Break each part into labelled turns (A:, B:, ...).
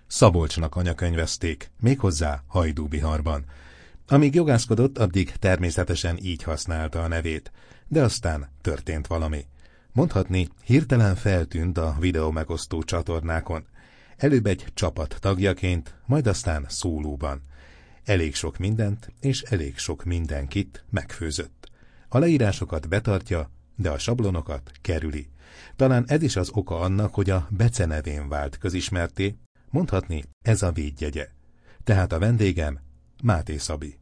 A: Szabolcsnak anyakönyvezték, méghozzá Hajdúbiharban. Amíg jogászkodott, addig természetesen így használta a nevét, de aztán történt valami. Mondhatni, hirtelen feltűnt a videómegosztó csatornákon. Előbb egy csapat tagjaként, majd aztán szólóban. Elég sok mindent és elég sok mindenkit megfőzött. A leírásokat betartja, de a sablonokat kerüli. Talán ez is az oka annak, hogy a becenevén vált közismertté, mondhatni, ez a védjegye. Tehát a vendégem Máté Szabi.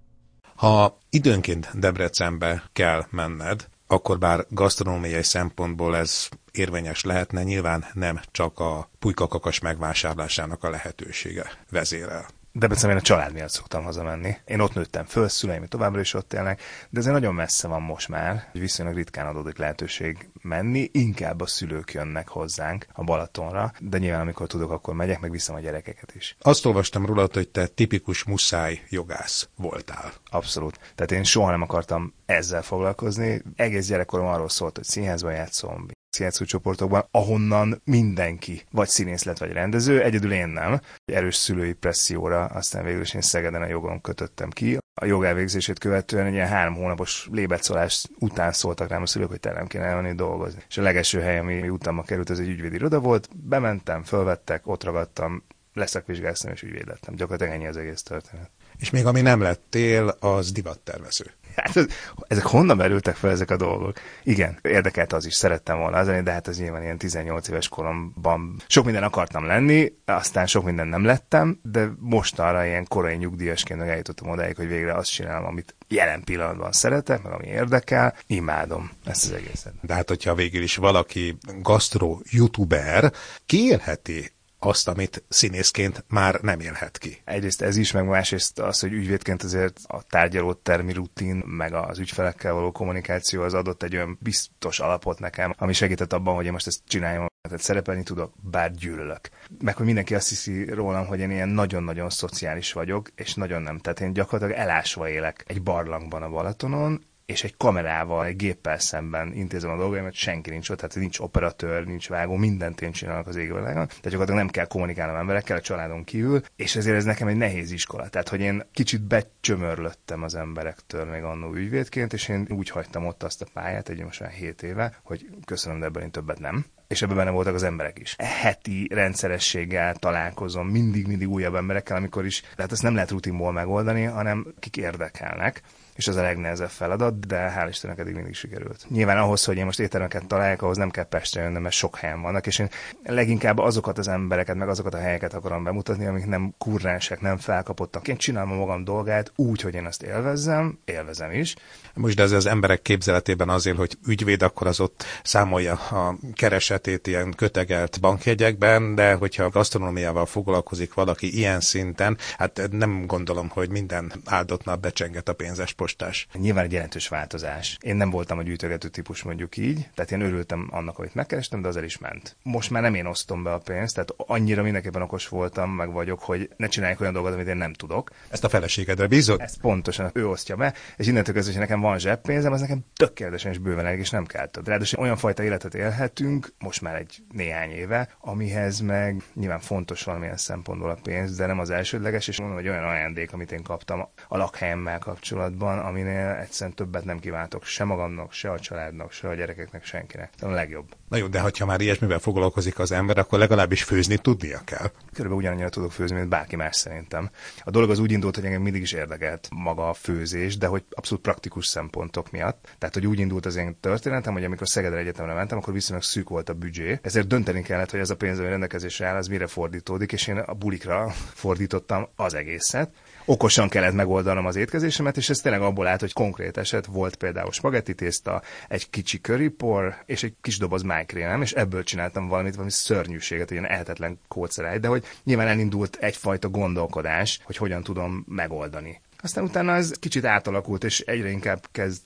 B: Ha időnként Debrecenbe kell menned, akkor bár gasztronómiai szempontból ez érvényes lehetne, nyilván nem csak a pulykakakas megvásárlásának a lehetősége vezérel.
C: Debrecenben a család miatt szoktam hazamenni. Én ott nőttem föl, szüleim továbbra is ott élnek, de ez nagyon messze van most már, hogy viszonylag ritkán adódik lehetőség menni, inkább a szülők jönnek hozzánk a Balatonra, de nyilván amikor tudok, akkor megyek, meg viszem a gyerekeket is.
B: Azt olvastam rólad, hogy te tipikus muszáj jogász voltál.
C: Abszolút. Tehát én soha nem akartam ezzel foglalkozni. Egész gyerekkorom arról szólt, hogy színházban játszom, csoportokban, ahonnan mindenki vagy színész lett, vagy rendező, egyedül én nem. Erős szülői presszióra, aztán végül is én Szegeden a jogon kötöttem ki. A jogálvégzését követően egy ilyen 3 hónapos lébecolás után szóltak rám a szülők, hogy te nem kéne elmenni dolgozni. És a legelső hely, ami utána került, az egy ügyvédi iroda volt. Bementem, fölvettek, ott ragadtam, leszakvizsgáztam és ügyvéd lettem. Gyakorlatilag ennyi az egész történet.
B: És még ami nem lettél, az divattervező.
C: Hát ezek honnan merültek fel ezek a dolgok? Igen, érdekelt az is, szerettem volna az lenni, de hát ez nyilván ilyen 18 éves koromban sok minden akartam lenni, aztán sok minden nem lettem, de mostanra ilyen korai nyugdíjasként eljutottam odáig, hogy végre azt csinálom, amit jelen pillanatban szeretek, meg ami érdekel, imádom ezt az egészet.
B: De hát, hogyha végül is valaki gasztro-youtuber, kiélheti azt, amit színészként már nem élhet ki.
C: Egyrészt ez is, meg másrészt az, hogy ügyvédként azért a tárgyalótermi rutin, meg az ügyfelekkel való kommunikáció az adott egy olyan biztos alapot nekem, ami segített abban, hogy én most ezt csináljam, tehát szerepelni tudok, bár gyűlölök. Meg hogy mindenki azt hiszi rólam, hogy én ilyen nagyon-nagyon szociális vagyok, és nagyon nem. Tehát én gyakorlatilag elásva élek egy barlangban a Balatonon, és egy kamerával, egy géppel szemben intézem a dolgaimat, senki nincs ott, tehát nincs operatőr, nincs vágó, mindent én csinálok az égvilágon, tehát gyakorlatilag nem kell kommunikálnom emberekkel a családon kívül, és ezért ez nekem egy nehéz iskola. Tehát, hogy én kicsit becsömörlöttem az emberektől még annó ügyvédként, és én úgy hagytam ott azt a pályát, egy most már 7 éve, hogy köszönöm, de ebből én többet nem. És ebben benne voltak az emberek is. Heti rendszerességgel találkozom mindig újabb emberekkel, amikor is, tehát ezt nem lehet rutinból megoldani, hanem kik érdekelnek. És az a legnehezebb feladat, de hál' Istennek eddig mindig sikerült. Nyilván ahhoz, hogy én most éttermeket találjak, ahhoz nem kell Pestre jönnöm, mert sok helyen vannak, és én leginkább azokat az embereket, meg azokat a helyeket akarom bemutatni, amik nem kurrensek, nem felkapottak. Én csinálom a magam dolgát úgy, hogy én azt élvezem is.
B: Most de ez az emberek képzeletében azért, hogy ügyvéd, akkor az ott számolja a keresetét ilyen kötegelt bankjegyekben, de hogyha gasztronómiával foglalkozik valaki ilyen szinten, hát nem gondolom, hogy minden áldott nap becsenget a pénzes postás.
C: Nyilván egy jelentős változás. Én nem voltam a gyűjtögető típus, mondjuk így, tehát én örültem annak, amit megkerestem, de az el is ment. Most már nem én osztom be a pénzt, tehát annyira mindenképpen okos voltam, meg vagyok, hogy ne csináljak olyan dolgot, amit én nem tudok.
B: Ezt a feleségedre bízod?
C: Ezt pontosan ő osztja be, és innentől kezdve, hogy nekem van zseppénzem, az nekem tökéletesen és bőven elég, és nem kell több. Ráadásul olyan fajta életet élhetünk, most már egy néhány éve, amihez meg nyilván fontos valamilyen szempontból a pénz, de nem az elsődleges, és mondom, hogy olyan ajándék, amit én kaptam a lakhelyemmel kapcsolatban, aminél egyszerűen többet nem kívántok se magamnak, se a családnak, se a gyerekeknek, senkinek. Ez a legjobb.
B: Na jó, de ha már ilyesmivel foglalkozik az ember, akkor legalábbis főzni tudnia kell.
C: Körülbelül ugyanannyira tudok főzni, mint bárki más szerintem. A dolog az úgy indult, hogy engem mindig is érdekelt maga a főzés, de hogy abszolút praktikus szempontok miatt. Tehát, hogy úgy indult az én történetem, hogy amikor Szegedre Egyetemre mentem, akkor viszonylag szűk volt a büdzsé. Ezért dönteni kellett, hogy ez a pénz, ami rendelkezésre áll, az mire fordítódik, és én a bulikra fordítottam az egészet. Okosan kellett megoldanom az étkezésemet, és ez tényleg abból állt, hogy konkrét eset volt például spagetti tészta, egy kicsi currypor, és egy kis doboz májkrémem, és ebből csináltam valami szörnyűséget, egy ilyen ehetetlen kóceráj, de hogy nyilván elindult egyfajta gondolkodás, hogy hogyan tudom megoldani. Aztán utána ez kicsit átalakult, és egyre inkább kezdett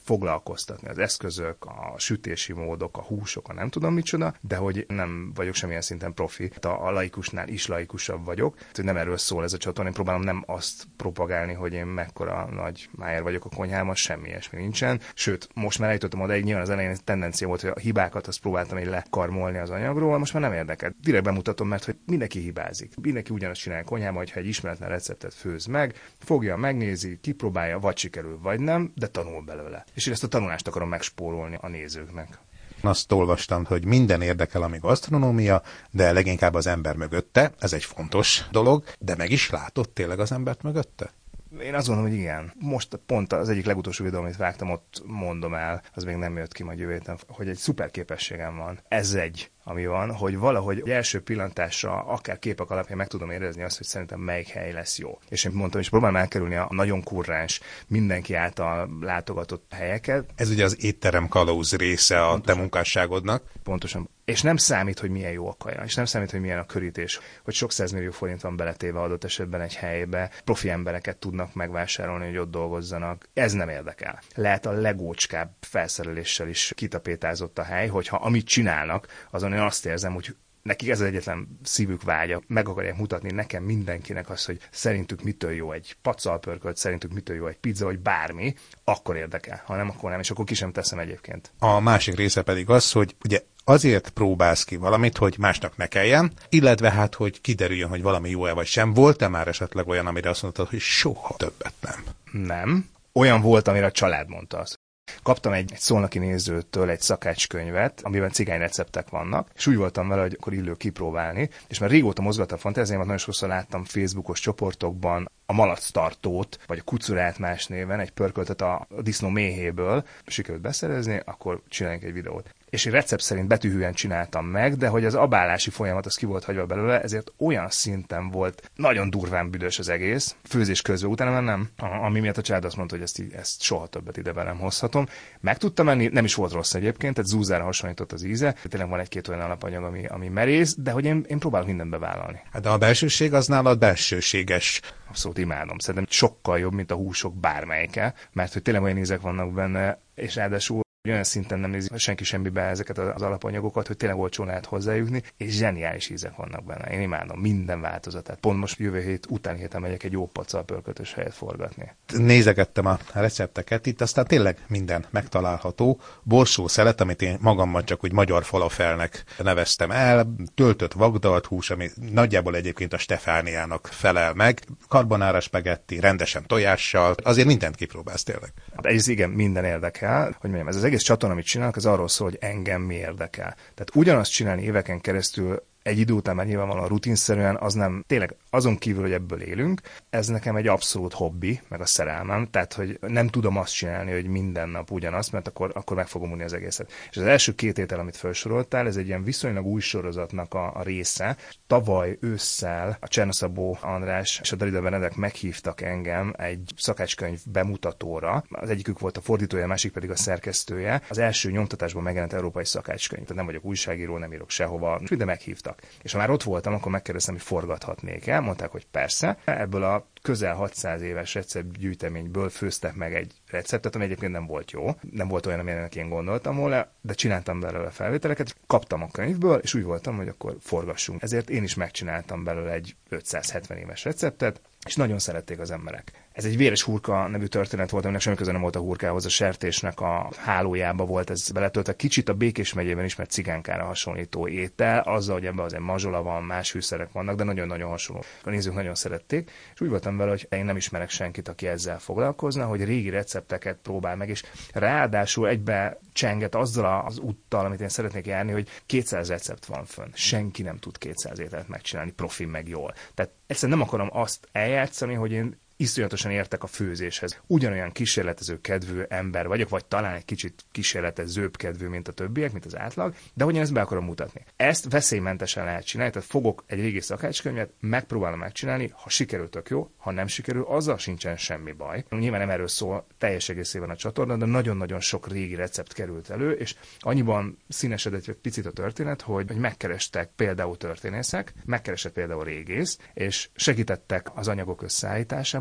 C: foglalkoztatni. Az eszközök, a sütési módok, a húsok, a nem tudom micsoda, de hogy nem vagyok semmilyen szinten profi. A laikusnál is laikusabb vagyok. Tehát nem erről szól ez a csatorna. Én próbálom nem azt propagálni, hogy én mekkora nagy májer vagyok a konyhában, semmi ilyesmi nincsen. Sőt, most már eljutottam odaig, nyilván az elején tendencia volt, hogy a hibákat azt próbáltam így lekarmolni az anyagról, most már nem érdekel. Direkt bemutatom, mert hogy mindenki hibázik. Mindenki ugyanazt csinál a konyhában, hogyha egy ismeretlen receptet főz meg, fogja, megnézi, kipróbálja, vagy sikerül, vagy nem, de tanul belőle. És én ezt a tanulást akarom megspórolni a nézőknek.
B: Azt olvastam, hogy minden érdekel, ami gasztronómia, de leginkább az ember mögötte. Ez egy fontos dolog, de meg is látod tényleg az embert mögötte?
C: Én azt gondolom, hogy igen. Most pont az egyik legutolsó videó, amit vágtam, ott mondom el, az még nem jött ki majd jövő héten, hogy egy szuper képességem van. Ez egy, ami van, hogy valahogy első pillantásra, akár képek alapján meg tudom érezni azt, hogy szerintem melyik hely lesz jó. És én mondtam, és próbálom elkerülni a nagyon kurráns, mindenki által látogatott helyeket.
B: Ez ugye az étterem kalauz része a te munkásságodnak.
C: Pontosan. És nem számít, hogy milyen jó a kaja, és nem számít, hogy milyen a körítés, hogy sok 100 millió forint van beletéve adott esetben egy helybe, profi embereket tudnak megvásárolni, hogy ott dolgozzanak. Ez nem érdekel. Lehet a legócskább felszereléssel is kitapétázott a hely, hogyha amit csinálnak, azon én azt érzem, hogy nekik ez az egyetlen szívük vágya, meg akarják mutatni nekem mindenkinek azt, hogy szerintük mitől jó egy pacalpörkölt, szerintük mitől jó egy pizza, vagy bármi, akkor érdekel. Ha nem, akkor nem, és akkor ki sem teszem egyébként.
B: A másik része pedig az, hogy ugye azért próbálsz ki valamit, hogy másnak ne kelljen, illetve hát, hogy kiderüljön, hogy valami jó-e vagy sem. Volt-e már esetleg olyan, amire azt mondtad, hogy soha többet nem?
C: Nem. Olyan volt, amire a család mondta azt. Kaptam egy szolnoki nézőtől egy szakácskönyvet, amiben cigányreceptek vannak, és úgy voltam vele, hogy akkor illő kipróbálni, és már régóta mozgat a fantáziámat, nagyon sokszor láttam Facebookos csoportokban a malactartót, vagy a kucurát más néven, egy pörköltet a disznó méhéből, sikerült beszerezni, akkor csináljunk egy videót. És én recept szerint betűhűen csináltam meg, de hogy az abálási folyamat az ki volt hagyva belőle, ezért olyan szinten volt nagyon durván büdös az egész, főzés közben, utána már nem, ami miatt a család azt mondta, hogy ezt soha többet ide be nem hozhatom. Meg tudtam menni, nem is volt rossz egyébként, tehát zúzára hasonlított az íze, tényleg van egy-két olyan alapanyag, ami merész, de hogy én próbálok mindent bevállalni.
B: Hát de a belsőség az nálad belsőséges.
C: Abszolút imádom. Szerintem sokkal jobb, mint a húsok bármelyike, mert hogy tényleg olyan ízek vannak benne, és ráadásul olyan szinten nem nézi senki semmibe ezeket az alapanyagokat, hogy tényleg olcsón lehet hozzájutni, és zseniális ízek vannak benne. Én imádom minden változatát. Pont most jövő hét utáni héten megyek egy jó pacalpörkötös helyet forgatni.
B: Nézegettem a recepteket itt, aztán tényleg minden megtalálható. Borsó szelet, amit én magammal csak úgy magyar falafelnek neveztem el, töltött vagdalt hús, ami nagyjából egyébként a Stefániának felel meg, carbonara spagetti, rendesen tojással, azért mindent kipróbálsz tényleg.
C: Ez igen, minden érdekel, hogy mondjam, ez az egész csatorna, amit csinálok, az arról szól, hogy engem mi érdekel. Tehát ugyanazt csinálni éveken keresztül, egy idő után már nyilvánvalóan rutinszerűen, az nem, tényleg azon kívül, hogy ebből élünk, ez nekem egy abszolút hobbi, meg a szerelmem, tehát hogy nem tudom azt csinálni, hogy minden nap ugyanazt, mert akkor meg fogom unni az egészet. És az első két étel, amit felsoroltál, ez egy ilyen viszonylag új sorozatnak a része. Tavaly ősszel a Csernoszabó András és a Darida Benedek meghívtak engem egy szakácskönyv bemutatóra. Az egyikük volt a fordítója, a másik pedig a szerkesztője. Az első nyomtatásban megjelent európai szakácskönyv. Tehát nem vagyok újságíró, nem írok sehova, de meghívtak. És ha már ott voltam, akkor megkérdeztem, hogy forgathatnék-e. Mondták, hogy persze. Ebből a közel 600 éves receptgyűjteményből főztek meg egy receptet, ami egyébként nem volt jó. Nem volt olyan, amilyenek én gondoltam volna, de csináltam belőle felvételeket, kaptam a könyvből, és úgy voltam, hogy akkor forgassunk. Ezért én is megcsináltam belőle egy 570 éves receptet, és nagyon szerették az emberek. Ez egy véres hurka nevű történet volt, aminek semmi köze nem volt a hurkához, a sertésnek a hálójába volt ez beletöltve. Kicsit a Békés megyében ismert cigánkára hasonlító étel, azzal, hogy ebben azért mazsola van, más fűszerek vannak, de nagyon-nagyon hasonló. A nézők nagyon szerették, és úgy voltam vele, hogy én nem ismerek senkit, aki ezzel foglalkozna, hogy régi recepteket próbál meg, és ráadásul egybe csenget azzal az úttal, amit én szeretnék járni, hogy 200 recept van fönn. Senki nem tud 200 ételt megcsinálni, profi meg jól. Tehát egyszerűen nem akarom azt eljátszani, hogy én iszonyatosan értek a főzéshez. Ugyanolyan kísérletező kedvű ember vagyok, vagy talán egy kicsit kísérletezőbb kedvű, mint a többiek, mint az átlag, de hogy én ezt be akarom mutatni. Ezt veszélymentesen lehet csinálni, tehát fogok egy régi szakácskönyvet, megpróbálom megcsinálni, ha sikerül, tök jó, ha nem sikerül, azzal sincsen semmi baj. Nyilván nem erről szól teljes egészében a csatorna, de nagyon-nagyon sok régi recept került elő, és annyiban színesedett egy picit a történet, hogy megkerestek például történészek, megkeresett például régész, és segítettek az anyagok összeállításában,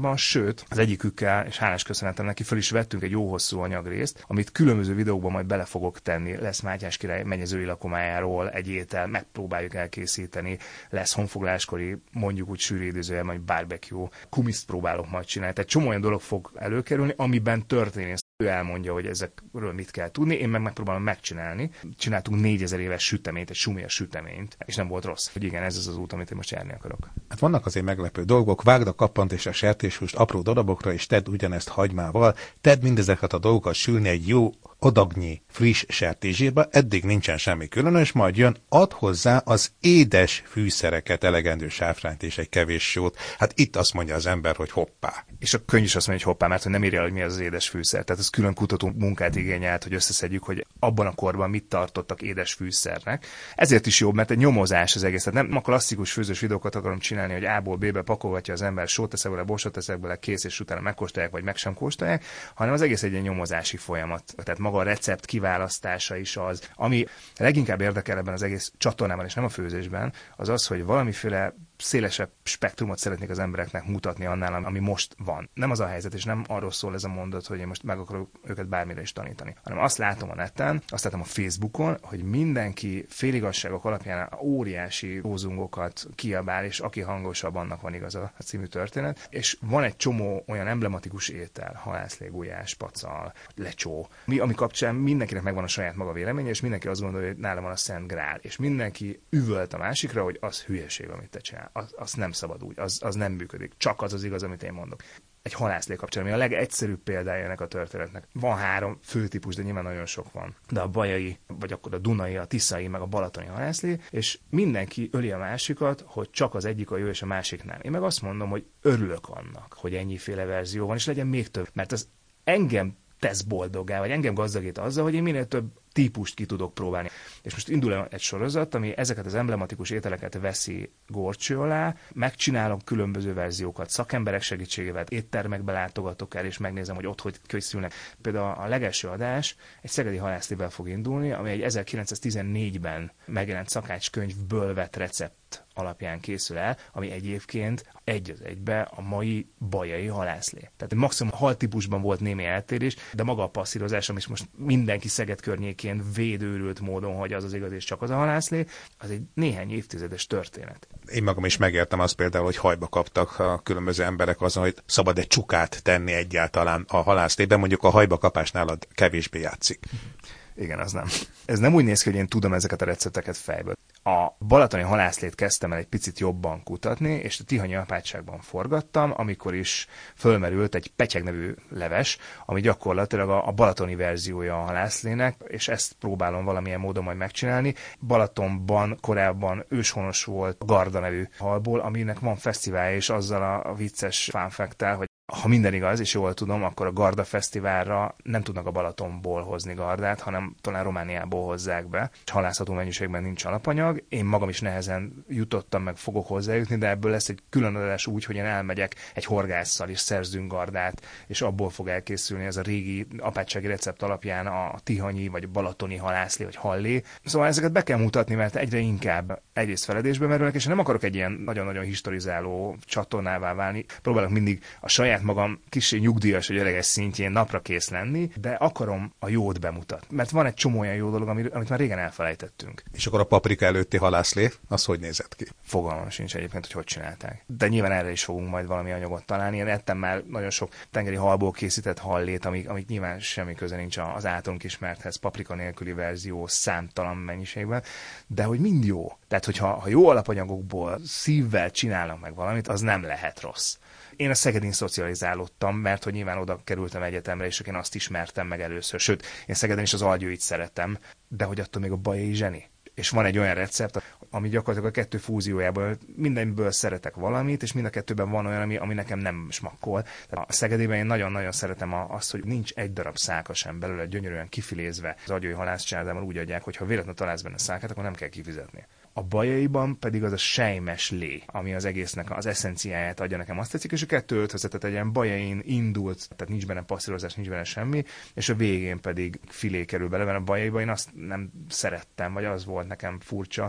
C: témában, sőt, az egyikükkel, és hálás köszönetem neki, föl is vettünk egy jó hosszú anyagrészt, amit különböző videókban majd bele fogok tenni. Lesz Mátyás király mennyezetői lakomájáról egy étel, megpróbáljuk elkészíteni, lesz honfoglaláskori, mondjuk úgy sűrűidőzően, majd barbecue, kumiszt próbálok majd csinálni. Tehát csomó olyan dolog fog előkerülni, amiben történész. Ő elmondja, hogy ezekről mit kell tudni, én meg megpróbálom megcsinálni. Csináltunk 4000 éves süteményt, egy sumér süteményt, és nem volt rossz. Hogy igen, ez az út, amit én most járni akarok.
B: Hát vannak azért meglepő dolgok, vágd a kappant és a sertéshúst apró darabokra, és tedd ugyanezt hagymával, tedd mindezeket a dolgokat sülni egy jó adagnyi friss sertészsírba, eddig nincsen semmi különös, majd jön, add hozzá az édes fűszereket, elegendő sáfrányt és egy kevés sót. Hát itt azt mondja az ember, hogy hoppá.
C: És a könyv is azt mondja, hogy hoppá, mert hogy nem írja el, hogy mi az édes fűszer. Tehát ez külön kutató munkát igényelt, hogy összeszedjük, hogy abban a korban mit tartottak édes fűszernek. Ezért is jobb, mert egy nyomozás az egész. Tehát nem a klasszikus főzős videókat akarom csinálni, hogy A-ból B-be pakolgatja az ember, sót teszek bele, borsot teszek bele, kész, és utána megkóstolják, vagy meg sem kóstolják, hanem az egész egy ilyen nyomozási folyamat. Tehát maga a recept kiválasztása is az, ami leginkább érdekel ebben az egész csatornában, és nem a főzésben, az az, hogy valamiféle szélesebb spektrumot szeretnék az embereknek mutatni annál, ami most van. Nem az a helyzet, és nem arról szól ez a mondat, hogy én most meg akarok őket bármire is tanítani, hanem azt látom a neten, azt látom a Facebookon, hogy mindenki féligasságok alapján óriási lózungokat kiabál, és aki hangosabb, annak van igaza a című történet. És van egy csomó olyan emblematikus étel, halászlé, gulyás, pacal, lecsó, ami kapcsán mindenkinek megvan a saját maga véleménye, és mindenki azt gondolja, hogy nála van a Szent Grál, és mindenki üvölt a másikra, hogy az hülyeség, amit te csinál. Az nem szabad úgy, az nem működik. Csak az az igaz, amit én mondok. Egy halászlé kapcsán, ami a legegyszerűbb példája ennek a történetnek. Van 3 fő típus, de nyilván nagyon sok van. De a bajai, vagy akkor a dunai, a tiszai, meg a balatoni halászlé, és mindenki öli a másikat, hogy csak az egyik a jó, és a másik nem. Én meg azt mondom, hogy örülök annak, hogy ennyiféle verzió van, és legyen még több. Mert az engem tesz boldoggá, vagy engem gazdagít azzal, hogy én minél több típust ki tudok próbálni. És most indul egy sorozat, ami ezeket az emblematikus ételeket veszi górcső alá, megcsinálom különböző verziókat, szakemberek segítségével, éttermekbe látogatok el, és megnézem, hogy ott hogy készülnek. Például a legelső adás egy szegedi halászlével fog indulni, ami egy 1914-ben megjelent szakácskönyvből vett recept alapján készül el, ami egyébként egy az egybe a mai bajai halászlé. Tehát maximum haltípusban volt némi eltérés, de maga a passzírozás, amit most mindenki Szeged környékén védőrült módon, hogy az az igaz és csak az a halászlé, az egy néhány évtizedes történet.
B: Én magam is megértem azt például, hogy hajba kaptak a különböző emberek azon, hogy szabad egy csukát tenni egyáltalán a halászlébe, mondjuk a hajba kapás nálad kevésbé játszik.
C: Igen, az nem. Ez nem úgy néz ki, hogy én tudom ezeket a recepteket fejből. A balatoni halászlét kezdtem el egy picit jobban kutatni, és a tihanyi apátságban forgattam, amikor is fölmerült egy petyeg nevű leves, ami gyakorlatilag a balatoni verziója a halászlének, és ezt próbálom valamilyen módon majd megcsinálni. Balatonban korábban őshonos volt a Garda nevű halból, aminek van fesztiválja, és azzal a vicces fun fact-tel, hogy ha minden igaz, és jól tudom, akkor a Garda Fesztiválra nem tudnak a Balatonból hozni gardát, hanem talán Romániából hozzák be. Halászható mennyiségben nincs alapanyag. Én magam is nehezen jutottam, meg fogok hozzájutni, de ebből lesz egy külön adás úgy, hogy én elmegyek egy horgásszal, és szerzünk gardát, és abból fog elkészülni ez a régi apátsági recept alapján a tihanyi, vagy balatoni halászlé, vagy hallé. Szóval ezeket be kell mutatni, mert egyre inkább egyrészt feledésbe merülnek, és nem akarok egy ilyen nagyon-nagyon historizáló csatornává válni. Próbálok mindig a saját magam kicsi nyugdíjas, vagy öreges szintjén napra kész lenni, de akarom a jót bemutatni. Mert van egy csomó olyan jó dolog, amit már régen elfelejtettünk.
B: És akkor a paprika előtti halászlé, az hogy nézett ki?
C: Fogalmam sincs egyébként, hogy csinálták. De nyilván erre is fogunk majd valami anyagot találni. Én ettem már nagyon sok tengeri halból készített hallét, amik nyilván semmi köze nincs az általunk ismerthez, paprika nélküli verzió számtalan mennyiségben, de hogy mind jó. Tehát, hogyha jó alapanyagokból szívvel csinálnak meg valamit, az nem lehet rossz. Én a Szegedin szocializálódtam, mert hogy nyilván oda kerültem egyetemre, és én azt ismertem meg először. Sőt, én Szegeden is az Algyőit szeretem, de hogy attól még a bajai zseni. És van egy olyan recept, ami gyakorlatilag a kettő fúziójából mindenből szeretek valamit, és mind a kettőben van olyan, ami nekem nem smakkol. Tehát a Szegedében én nagyon-nagyon szeretem azt, hogy nincs egy darab száka sem belőle, gyönyörűen kifilézve. Az Algyői halászcsárdában úgy adják, hogy ha véletlenül találsz benne szákát, akkor nem kell kifizetni. A bajaiban pedig az a sejmes lé, ami az egésznek az eszenciáját adja, nekem azt tetszik, és a kettő ötvözetet egy ilyen bajain indult, tehát nincs benne passzírozás, nincs benne semmi, és a végén pedig filé kerül bele, mert a bajaiban én azt nem szerettem, vagy az volt nekem furcsa,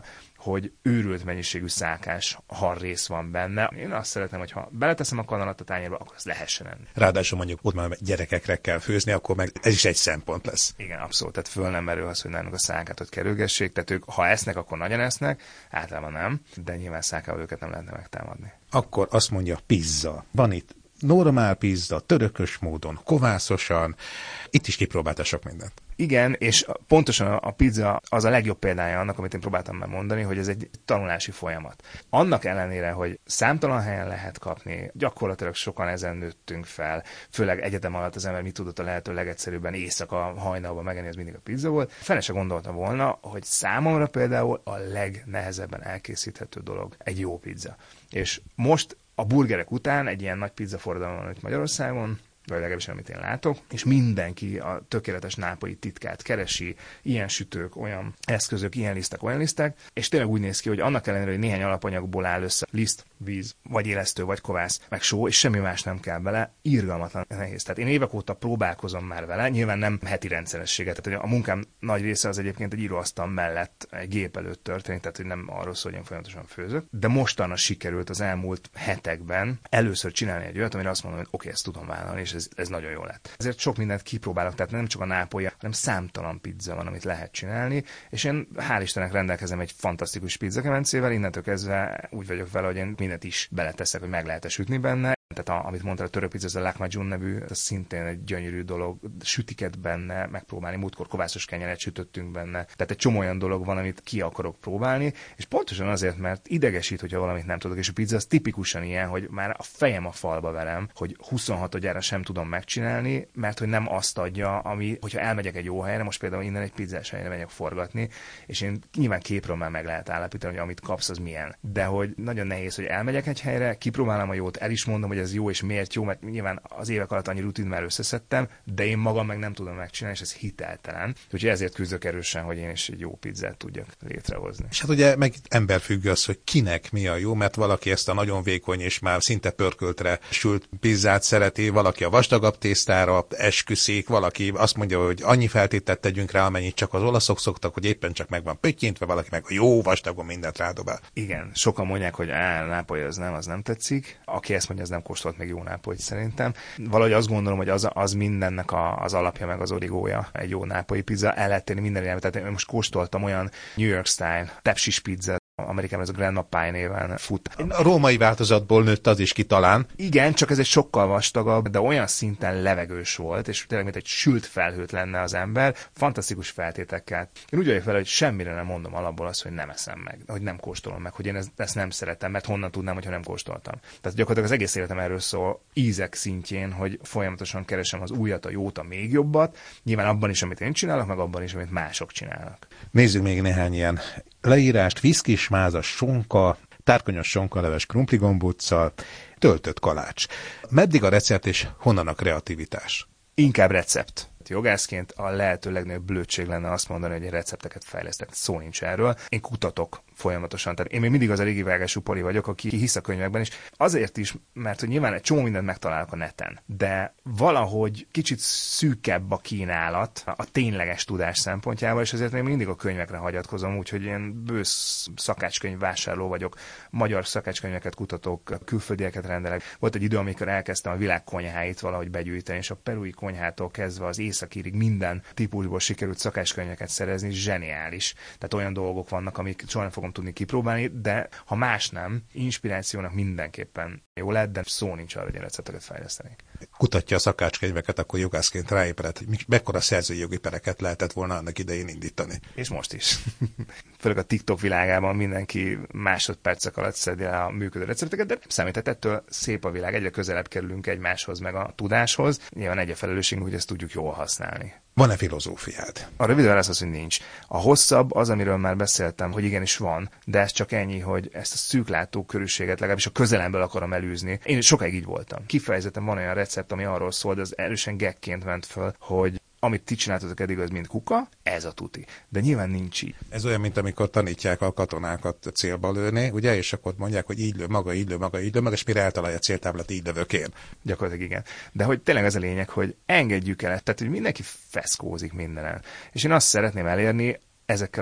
C: hogy őrült mennyiségű szálkás halrész van benne. Én azt szeretném, hogy ha beleteszem a kanalat a tányérba, akkor azt lehessen enni.
B: Ráadásul mondjuk ott már gyerekekre kell főzni, akkor meg ez is egy szempont lesz.
C: Igen, abszolút. Tehát föl nem merül az, hogy nálunk a szálkátot kerülgessék. Tehát ők, ha esznek, akkor nagyon esznek, általában nem, de nyilván szálkával őket nem lehetne megtámadni.
B: Akkor azt mondja, pizza. Van itt normál pizza, törökös módon, kovászosan. Itt is kipróbálta sok mindent.
C: Igen, és pontosan a pizza az a legjobb példája annak, amit én próbáltam már mondani, hogy ez egy tanulási folyamat. Annak ellenére, hogy számtalan helyen lehet kapni, gyakorlatilag sokan ezen nőttünk fel, főleg egyetem alatt az ember mit tudott a lehető legegyszerűbben éjszaka hajnalban megenni, ez mindig a pizza volt. Fene se gondoltam volna, hogy számomra például a legnehezebben elkészíthető dolog egy jó pizza. És most a burgerek után egy ilyen nagy pizzaforradalom van itt Magyarországon, vagy legalábbis amit én látok, és mindenki a tökéletes nápolyi titkát keresi, ilyen sütők, olyan eszközök, ilyen lisztek, és tényleg úgy néz ki, hogy annak ellenére, hogy néhány alapanyagból áll össze, liszt, víz, vagy élesztő, vagy kovász, meg só, és semmi más nem kell bele, irgalmatlan nehéz. Tehát én évek óta próbálkozom már vele, nyilván nem heti rendszerességet. Tehát a munkám nagy része az egyébként egy íróasztal mellett, egy gép előtt történik, tehát hogy nem arról szól, hogy én folyamatosan főzök. De mostanra sikerült az elmúlt hetekben először csinálni egy olyat, amire azt mondom, hogy oké, ezt tudom vállalni, és ez nagyon jó lett. Ezért sok mindent kipróbálok, tehát nem csak a nápolyi, hanem számtalan pizza van, amit lehet csinálni, és én hál' Istennek rendelkezem egy fantasztikus pizzakemencével, innentől kezdve úgy vagyok vele, hogy én mindent is beleteszek, hogy meg lehet sütni benne. Tehát amit mondtál, a török pizza, ez a Lakmacun nevű, ez szintén egy gyönyörű dolog, sütiket benne megpróbálni, múltkor kovászos kenyeret sütöttünk benne. Tehát egy csomó olyan dolog van, amit ki akarok próbálni, és pontosan azért, mert idegesít, hogyha valamit nem tudok, és a pizza az tipikusan ilyen, hogy már a fejem a falba velem, hogy 26-odjára sem tudom megcsinálni, mert hogy nem azt adja, ami, hogyha elmegyek egy jó helyre, most például innen egy pizzás helyre megyek forgatni, és én nyilván képről már meg lehet állapítani, hogy amit kapsz, az milyen. De hogy nagyon nehéz, hogy elmegyek egy helyre, kipróbálom a jót, el is mondom, hogy ez jó és miért jó, mert nyilván az évek alatt annyi rutin már összeszedtem, de én magam meg nem tudom megcsinálni, és ez hiteltelen. Úgyhogy ezért küzdök erősen, hogy én is egy jó pizzát tudjak létrehozni.
B: És hát ugye meg emberfüggő az, hogy kinek mi a jó, mert valaki ezt a nagyon vékony és már szinte pörköltre sült pizzát szereti, valaki a vastagabb tésztára esküszik, valaki azt mondja, hogy annyi feltételt tegyünk rá, amennyit csak az olaszok szoktak, hogy éppen csak meg van pöttyintve, valaki meg a jó vastagon mindent rádobál.
C: Igen, sokan mondják, hogy Nápoly az nem tetszik. Aki ezt mondja, az nem kóstolt még jó nápolyt szerintem. Valahogy azt gondolom, hogy az mindennek az alapja meg az origója egy jó nápolyi pizza. El lehet tenni minden irányba. Tehát én most kóstoltam olyan New York style tepsis pizza, Amerikában ez a Grandma Pie néven fut.
B: A római változatból nőtt az is ki talán.
C: Igen, csak ez egy sokkal vastagabb, de olyan szinten levegős volt, és tényleg mint egy sült felhőt lenne az ember, fantasztikus feltétekkel. Én úgy vagyok vele, hogy semmire nem mondom alapból azt, hogy nem eszem meg, hogy nem kóstolom meg, hogy én ezt nem szeretem, mert honnan tudnám, hogyha nem kóstoltam. Tehát gyakorlatilag az egész életem erről szól, ízek szintjén, hogy folyamatosan keresem az újat, a jót, a még jobbat, nyilván abban is, amit én csinálok, meg abban is, amit mások csinálnak.
B: Nézzük még néhány ilyen leírást: viszkis, mázas sonka, tárkonyos sonkaleves krumpligombóccal, töltött kalács. Meddig a recept és honnan a kreativitás?
C: Inkább recept. Jogászként a lehető legnagyobb blödség lenne azt mondani, hogy recepteket fejlesztek. Szó nincs erről. Én kutatok folyamatosan. Tehát én még mindig az a régi vágású pali vagyok, aki hisz a könyvekben is. Azért is, mert hogy nyilván egy csomó mindent megtalálok a neten. De valahogy kicsit szűkebb a kínálat a tényleges tudás szempontjából, és ezért még mindig a könyvekre hagyatkozom, úgyhogy én bősz szakácskönyv vásárló vagyok, magyar szakácskönyveket kutatok, külföldieket rendelek. Volt egy idő, amikor elkezdtem a világ konyháit valahogy begyűjteni, és a perui konyhától kezdve az északírig minden típusból sikerült szakácskönyveket szerezni, zseniális. Tehát olyan dolgok vannak, amik soha nem fogom tudni kipróbálni, de ha más nem, inspirációnak mindenképpen jó lehet, de szó nincs arra, hogy recepteket fejlesztenék.
B: Kutatja a szakácskönyveket, akkor jogászként ráébredt, hogy mekkora szerzői jogi pereket lehetett volna annak idején indítani.
C: És most is. Főleg a TikTok világában mindenki másodpercek alatt szedi a működő recepteket, de nem számít, ettől szép a világ, egyre közelebb kerülünk egymáshoz, meg a tudáshoz. Nyilván egy a felelősségünk, hogy ezt tudjuk jól használni.
B: Van-e filozófiád?
C: A rövid válasz az, hogy nincs. A hosszabb az, amiről már beszéltem, hogy igenis van, de ez csak ennyi, hogy ezt a szűklátókörűséget legalábbis a közelemből akarom elűzni. Én sokáig így voltam. Kifejezetten van olyan recept, ami arról szól, de az erősen gekként ment föl, hogy amit ti csináltatok eddig, az mind kuka, ez a tuti. De nyilván nincs így.
B: Ez olyan, mint amikor tanítják a katonákat célba lőni, ugye, és akkor mondják, hogy így lő maga, így lő maga, így lő maga, és mire eltalálja a céltáblát, így lövök én.
C: Gyakorlatilag igen. De hogy tényleg az a lényeg, hogy engedjük el, tehát hogy mindenki feszkózik mindenen. És én azt szeretném elérni ezekkel a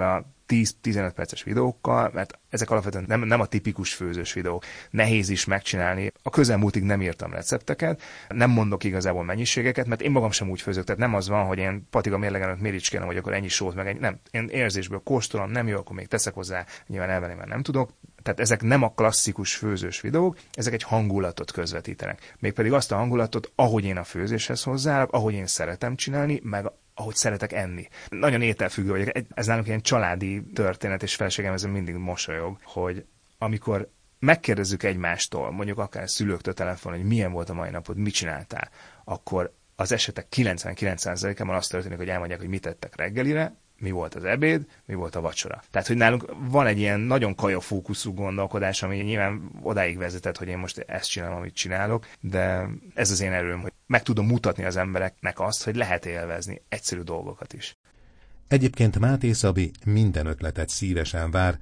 C: 10-15 perces videókkal, mert ezek alapvetően nem a tipikus főzős videók. Nehéz is megcsinálni. A közelmúltig nem írtam recepteket, nem mondok igazából mennyiségeket, mert én magam sem úgy főzök. Tehát nem az van, hogy én patika mérlegen előtt méricskélem, hogy akkor ennyi sót, meg ennyi. Nem. Én érzésből kóstolom, nem jó, akkor még teszek hozzá, nyilván elvenni, mert nem tudok. Tehát ezek nem a klasszikus főzős videók, ezek egy hangulatot közvetítenek. Mégpedig azt a hangulatot, ahogy én a főzéshez hozzáállok, ahogy én szeretem csinálni, meg ahogy szeretek enni. Nagyon ételfüggő vagyok. Ez nálunk ilyen családi történet, és feleségem ezen mindig mosolyog, hogy amikor megkérdezzük egymástól, mondjuk akár szülőktől telefonon, hogy milyen volt a mai napod, mit csináltál, akkor az esetek 99%-ában az történik, hogy elmondják, hogy mit tettek reggelire, mi volt az ebéd, mi volt a vacsora. Tehát, hogy nálunk van egy ilyen nagyon kajafókuszú gondolkodás, ami nyilván odáig vezetett, hogy én most ezt csinálom, amit csinálok, de ez az én erőm, hogy meg tudom mutatni az embereknek azt, hogy lehet élvezni egyszerű dolgokat is.
A: Egyébként Máté Szabi minden ötletet szívesen vár,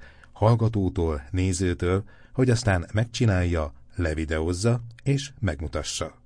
A: hallgatótól, nézőtől, hogy aztán megcsinálja, levideózza és megmutassa.